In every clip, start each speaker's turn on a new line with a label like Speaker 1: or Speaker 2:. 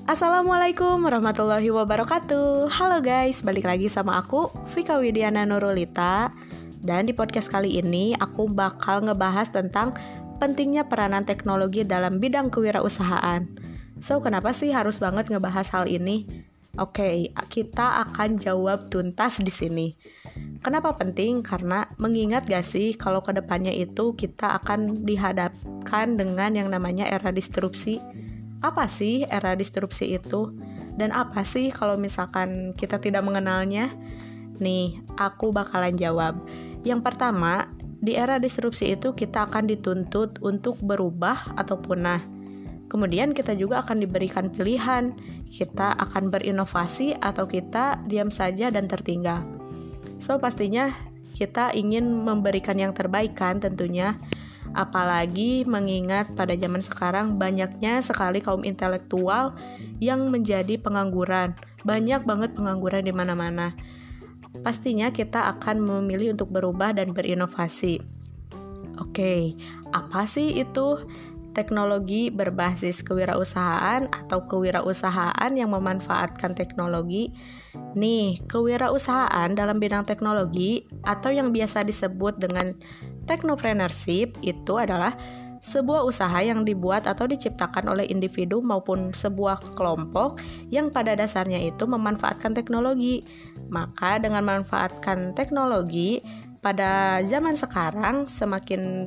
Speaker 1: Assalamualaikum warahmatullahi wabarakatuh. Halo guys, balik lagi sama aku Vika Widiana Nurulita. Dan di podcast kali ini aku bakal ngebahas tentang pentingnya peranan teknologi dalam bidang kewirausahaan. So, kenapa sih harus banget ngebahas hal ini? Oke, kita akan jawab tuntas di sini. Kenapa penting? Karena mengingat gak sih kalau kedepannya itu kita akan dihadapkan dengan yang namanya era disrupsi. Apa sih era disrupsi itu? Dan apa sih kalau misalkan kita tidak mengenalnya? Nih, aku bakalan jawab. Yang pertama, di era disrupsi itu kita akan dituntut untuk berubah atau punah. Kemudian kita juga akan diberikan pilihan. Kita akan berinovasi atau kita diam saja dan tertinggal. So, pastinya kita ingin memberikan yang terbaik kan tentunya. Apalagi mengingat pada zaman sekarang banyaknya sekali kaum intelektual yang menjadi pengangguran. Banyak banget pengangguran di mana-mana. Pastinya kita akan memilih untuk berubah dan berinovasi. Oke, apa sih itu teknologi berbasis kewirausahaan atau kewirausahaan yang memanfaatkan teknologi? Nih, kewirausahaan dalam bidang teknologi atau yang biasa disebut dengan technopreneurship itu adalah sebuah usaha yang dibuat atau diciptakan oleh individu maupun sebuah kelompok yang pada dasarnya itu memanfaatkan teknologi. Maka dengan memanfaatkan teknologi pada zaman sekarang semakin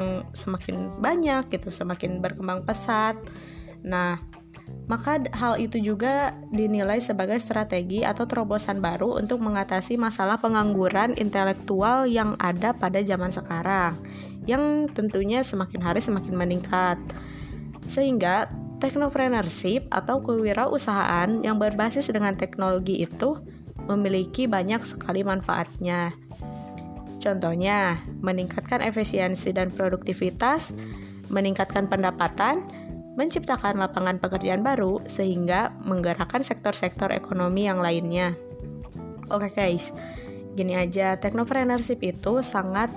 Speaker 1: banyak gitu, semakin berkembang pesat. Nah, maka hal itu juga dinilai sebagai strategi atau terobosan baru untuk mengatasi masalah pengangguran intelektual yang ada pada zaman sekarang, yang tentunya semakin hari semakin meningkat. Sehingga technopreneurship atau kewirausahaan yang berbasis dengan teknologi itu memiliki banyak sekali manfaatnya. Contohnya, meningkatkan efisiensi dan produktivitas, meningkatkan pendapatan, menciptakan lapangan pekerjaan baru, sehingga menggerakkan sektor-sektor ekonomi yang lainnya. Oke guys, gini aja, technopreneurship itu sangat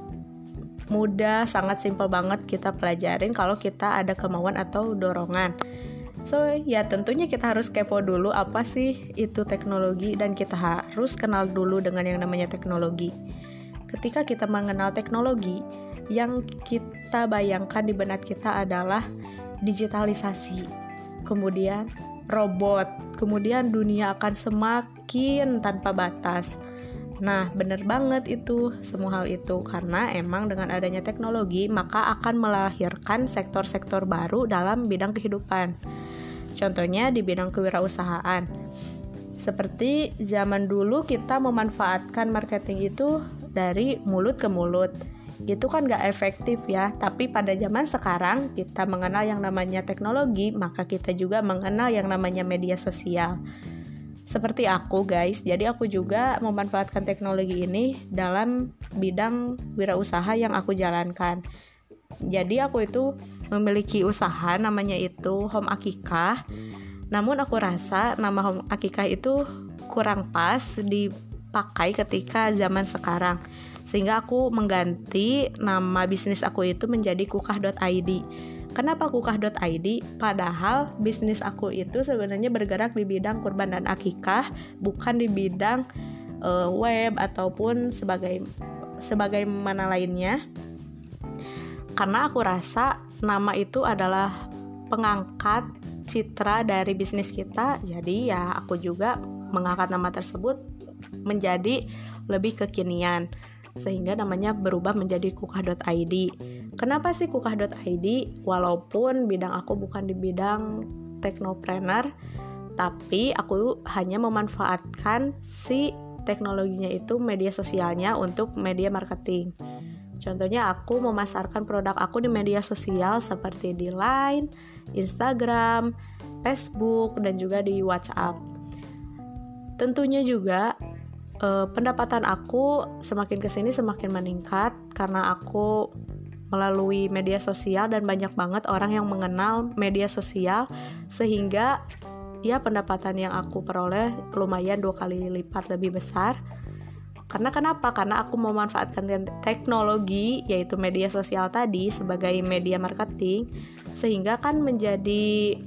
Speaker 1: mudah, sangat simpel banget kita pelajarin kalau kita ada kemauan atau dorongan. So, ya tentunya kita harus kepo dulu apa sih itu teknologi, dan kita harus kenal dulu dengan yang namanya teknologi. Ketika kita mengenal teknologi, yang kita bayangkan di benak kita adalah digitalisasi, kemudian robot, kemudian dunia akan semakin tanpa batas. Nah, bener banget itu, semua hal itu, karena emang dengan adanya teknologi maka akan melahirkan sektor-sektor baru dalam bidang kehidupan. Contohnya di bidang kewirausahaan. Seperti zaman dulu kita memanfaatkan marketing itu dari mulut ke mulut. Itu kan gak efektif ya, tapi pada zaman sekarang kita mengenal yang namanya teknologi, maka kita juga mengenal yang namanya media sosial. Seperti aku guys, jadi aku juga memanfaatkan teknologi ini dalam bidang wirausaha yang aku jalankan. Jadi aku itu memiliki usaha namanya itu Home Akikah. Namun aku rasa nama Home Akikah itu kurang pas dipakai ketika zaman sekarang. Sehingga aku mengganti nama bisnis aku itu menjadi kukah.id. Kenapa kukah.id? Padahal bisnis aku itu sebenarnya bergerak di bidang kurban dan akikah, bukan di bidang web ataupun sebagaimana lainnya. Karena aku rasa nama itu adalah pengangkat citra dari bisnis kita. Jadi ya aku juga mengangkat nama tersebut menjadi lebih kekinian, sehingga namanya berubah menjadi kukah.id. Kenapa sih kukah.id? Walaupun bidang aku bukan di bidang teknopreneur, tapi aku hanya memanfaatkan si teknologinya itu, media sosialnya untuk media marketing. Contohnya aku memasarkan produk aku di media sosial seperti di Line, Instagram, Facebook, dan juga di WhatsApp. Tentunya juga pendapatan aku semakin kesini semakin meningkat karena aku melalui media sosial dan banyak banget orang yang mengenal media sosial, sehingga ya pendapatan yang aku peroleh lumayan 2 kali lipat lebih besar. Karena kenapa? Karena aku memanfaatkan teknologi yaitu media sosial tadi sebagai media marketing, sehingga kan menjadi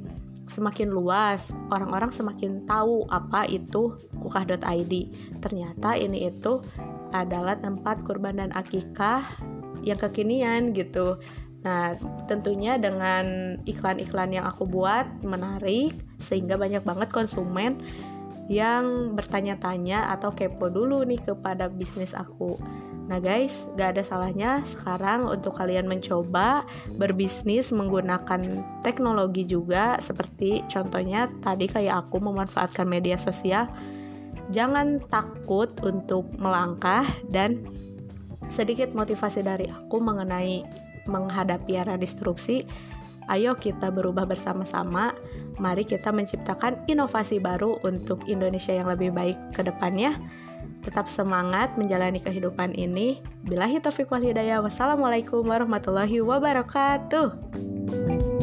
Speaker 1: semakin luas, orang-orang semakin tahu apa itu kukah.id. Ternyata ini itu adalah tempat kurban dan akikah yang kekinian gitu. Nah, tentunya dengan iklan-iklan yang aku buat menarik, sehingga banyak banget konsumen yang bertanya-tanya atau kepo dulu nih kepada bisnis aku. Nah guys, gak ada salahnya sekarang untuk kalian mencoba berbisnis menggunakan teknologi juga, seperti contohnya tadi kayak aku memanfaatkan media sosial. Jangan takut untuk melangkah, dan sedikit motivasi dari aku mengenai menghadapi era disrupsi. Ayo kita berubah bersama-sama. Mari kita menciptakan inovasi baru untuk Indonesia yang lebih baik ke depannya. Tetap semangat menjalani kehidupan ini. Billahi taufiq wal hidayah. Wassalamualaikum warahmatullahi wabarakatuh.